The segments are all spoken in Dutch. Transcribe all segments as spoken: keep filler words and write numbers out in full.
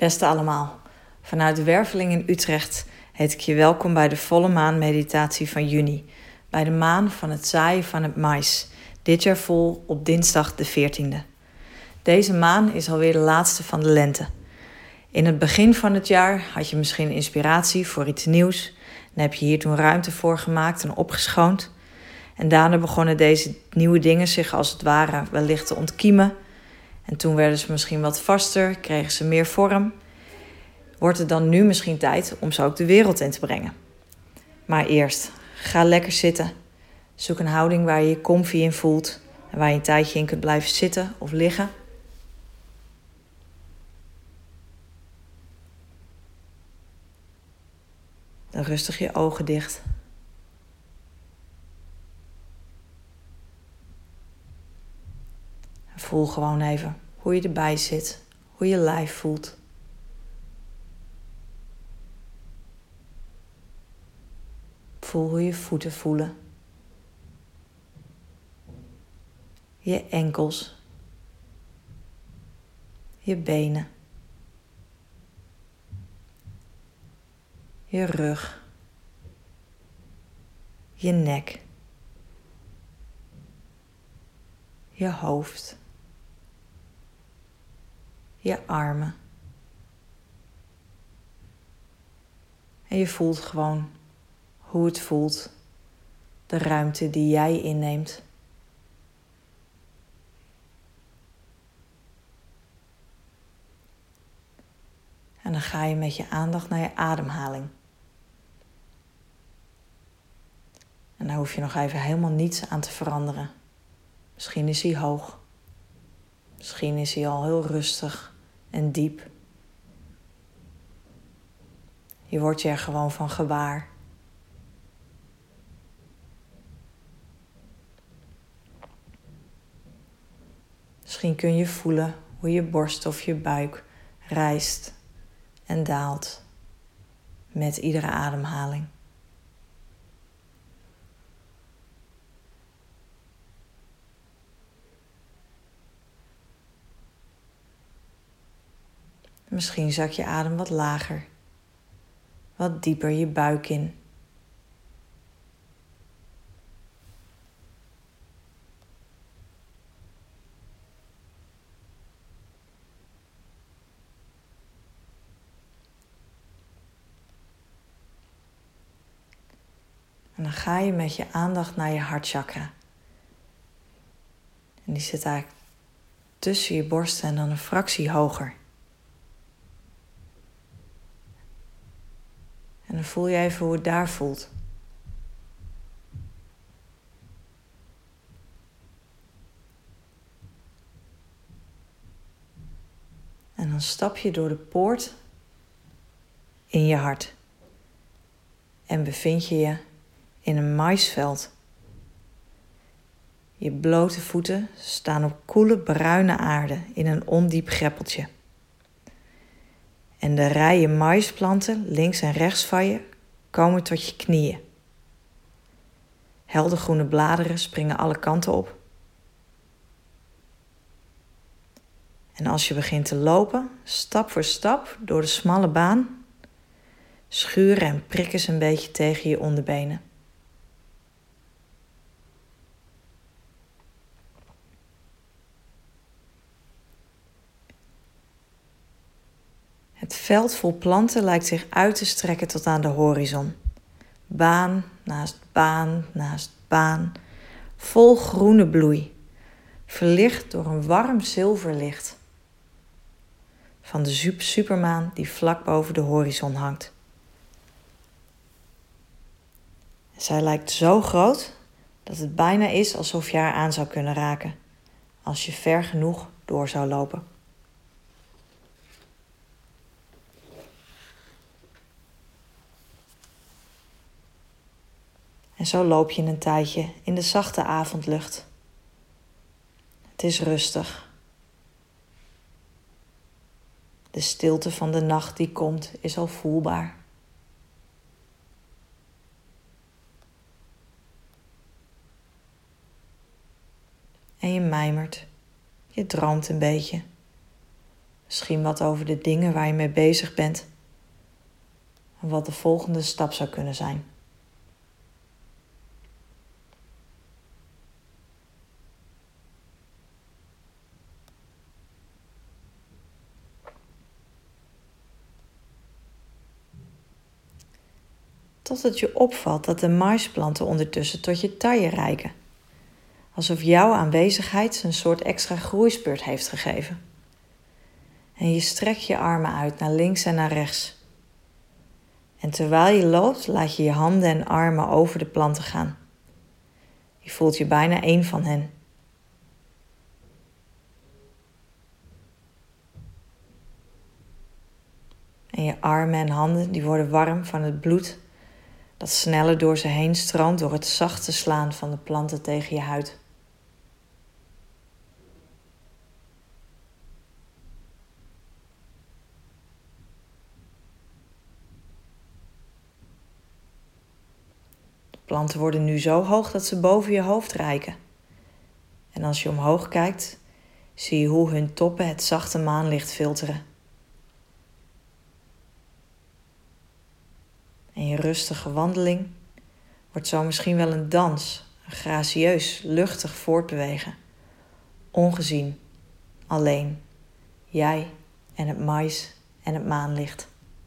Beste allemaal, vanuit de Werveling in Utrecht heet ik je welkom bij de volle maan meditatie van juni. Bij de maan van het zaaien van het mais, dit jaar vol op dinsdag de veertiende. Deze maan is alweer de laatste van de lente. In het begin van het jaar had je misschien inspiratie voor iets nieuws en heb je hier toen ruimte voor gemaakt en opgeschoond. En daarna begonnen deze nieuwe dingen zich als het ware wellicht te ontkiemen. En toen werden ze misschien wat vaster, kregen ze meer vorm. Wordt het dan nu misschien tijd om ze ook de wereld in te brengen? Maar eerst, ga lekker zitten. Zoek een houding waar je je comfy in voelt en waar je een tijdje in kunt blijven zitten of liggen. Dan rustig je ogen dicht. En voel gewoon even hoe je erbij zit, hoe je lijf voelt. Voel hoe je voeten voelen. Je enkels. Je benen. Je rug. Je nek. Je hoofd. Je armen. En je voelt gewoon hoe het voelt, de ruimte die jij inneemt. En dan ga je met je aandacht naar je ademhaling. En daar hoef je nog even helemaal niets aan te veranderen. Misschien is hij hoog. Misschien is hij al heel rustig en diep. Je wordt je er gewoon van gewaar. Misschien kun je voelen hoe je borst of je buik rijst en daalt met iedere ademhaling. Misschien zak je adem wat lager, wat dieper je buik in. En dan ga je met je aandacht naar je hartchakra. En die zit eigenlijk tussen je borsten en dan een fractie hoger. En dan voel je even hoe het daar voelt. En dan stap je door de poort in je hart. En bevind je je in een maisveld. Je blote voeten staan op koele bruine aarde in een ondiep greppeltje. En de rijen maisplanten links en rechts van je komen tot je knieën. Heldergroene bladeren springen alle kanten op. En als je begint te lopen, stap voor stap door de smalle baan, schuren en prikken ze een beetje tegen je onderbenen. Het veld vol planten lijkt zich uit te strekken tot aan de horizon. Baan naast baan naast baan, vol groene bloei, verlicht door een warm zilverlicht van de supermaan die vlak boven de horizon hangt. Zij lijkt zo groot dat het bijna is alsof je haar aan zou kunnen raken, als je ver genoeg door zou lopen. En zo loop je een tijdje in de zachte avondlucht. Het is rustig. De stilte van de nacht die komt is al voelbaar. En je mijmert. Je droomt een beetje. Misschien wat over de dingen waar je mee bezig bent en wat de volgende stap zou kunnen zijn. Tot het je opvalt dat de maisplanten ondertussen tot je taille reiken. Alsof jouw aanwezigheid ze een soort extra groeispurt heeft gegeven. En je strekt je armen uit naar links en naar rechts. En terwijl je loopt, laat je je handen en armen over de planten gaan. Je voelt je bijna één van hen. En je armen en handen die worden warm van het bloed dat sneller door ze heen stroomt door het zachte slaan van de planten tegen je huid. De planten worden nu zo hoog dat ze boven je hoofd reiken. En als je omhoog kijkt, zie je hoe hun toppen het zachte maanlicht filteren. En je rustige wandeling wordt zo misschien wel een dans, een gracieus, luchtig voortbewegen. Ongezien, alleen, jij en het mais en het maanlicht.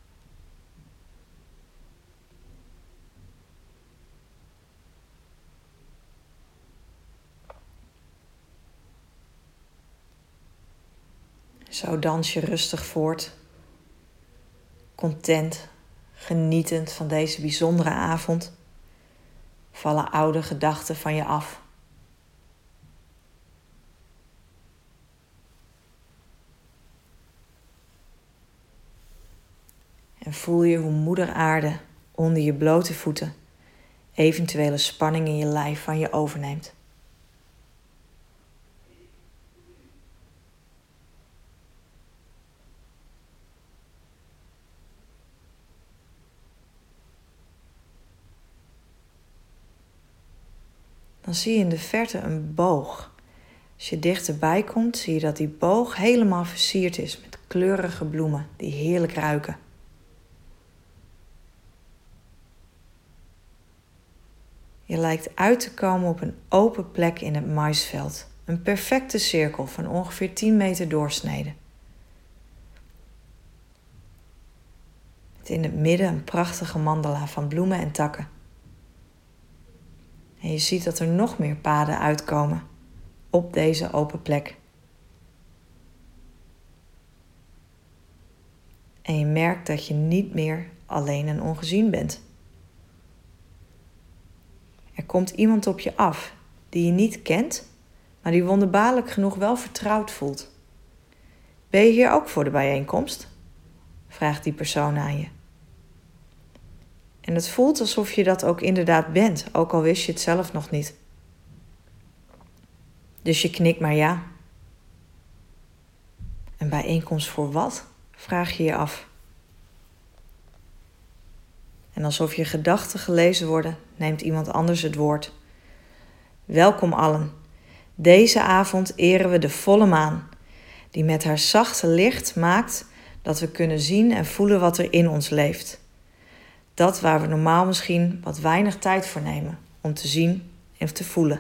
Zo dans je rustig voort, content, genietend van deze bijzondere avond, vallen oude gedachten van je af. En voel je hoe moeder aarde onder je blote voeten eventuele spanning in je lijf van je overneemt. Dan zie je in de verte een boog. Als je dichterbij komt, zie je dat die boog helemaal versierd is met kleurige bloemen die heerlijk ruiken. Je lijkt uit te komen op een open plek in het maisveld. Een perfecte cirkel van ongeveer tien meter doorsnede. Met in het midden een prachtige mandala van bloemen en takken. En je ziet dat er nog meer paden uitkomen op deze open plek. En je merkt dat je niet meer alleen en ongezien bent. Er komt iemand op je af die je niet kent, maar die wonderbaarlijk genoeg wel vertrouwd voelt. Ben je hier ook voor de bijeenkomst? Vraagt die persoon aan je. En het voelt alsof je dat ook inderdaad bent, ook al wist je het zelf nog niet. Dus je knikt maar ja. Een bijeenkomst voor wat? Vraag je je af. En alsof je gedachten gelezen worden, neemt iemand anders het woord. Welkom allen. Deze avond eren we de volle maan, die met haar zachte licht maakt dat we kunnen zien en voelen wat er in ons leeft. Dat waar we normaal misschien wat weinig tijd voor nemen om te zien en te voelen.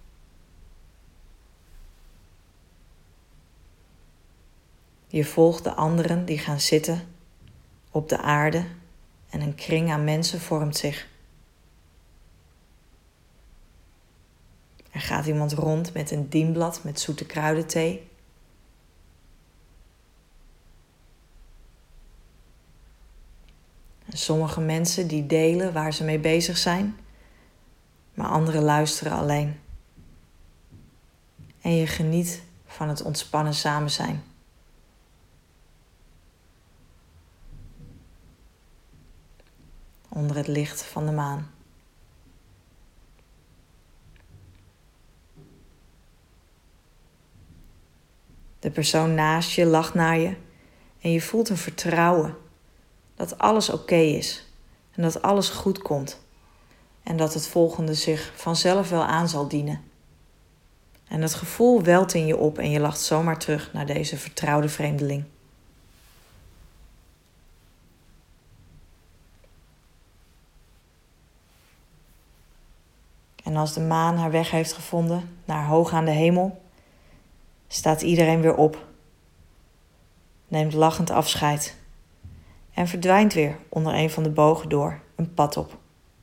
Je volgt de anderen die gaan zitten op de aarde en een kring aan mensen vormt zich. Er gaat iemand rond met een dienblad met zoete kruidenthee. En sommige mensen die delen waar ze mee bezig zijn, maar anderen luisteren alleen. En je geniet van het ontspannen samen zijn. Onder het licht van de maan. De persoon naast je lacht naar je en je voelt een vertrouwen dat alles oké is en dat alles goed komt en dat het volgende zich vanzelf wel aan zal dienen. En dat gevoel welt in je op en je lacht zomaar terug naar deze vertrouwde vreemdeling. En als de maan haar weg heeft gevonden naar hoog aan de hemel, staat iedereen weer op, neemt lachend afscheid en verdwijnt weer onder een van de bogen door een pad op.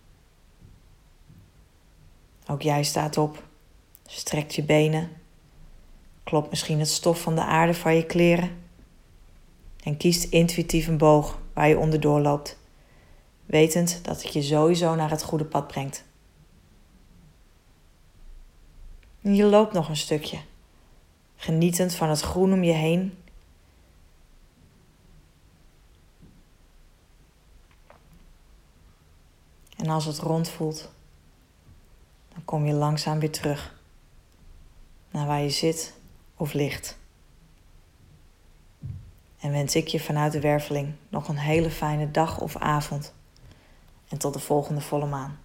Ook jij staat op, strekt je benen, klopt misschien het stof van de aarde van je kleren en kiest intuïtief een boog waar je onderdoor loopt, wetend dat het je sowieso naar het goede pad brengt. En je loopt nog een stukje, genietend van het groen om je heen. En als het rond voelt, dan kom je langzaam weer terug naar waar je zit of ligt. En wens ik je vanuit de Werveling nog een hele fijne dag of avond. En tot de volgende volle maan.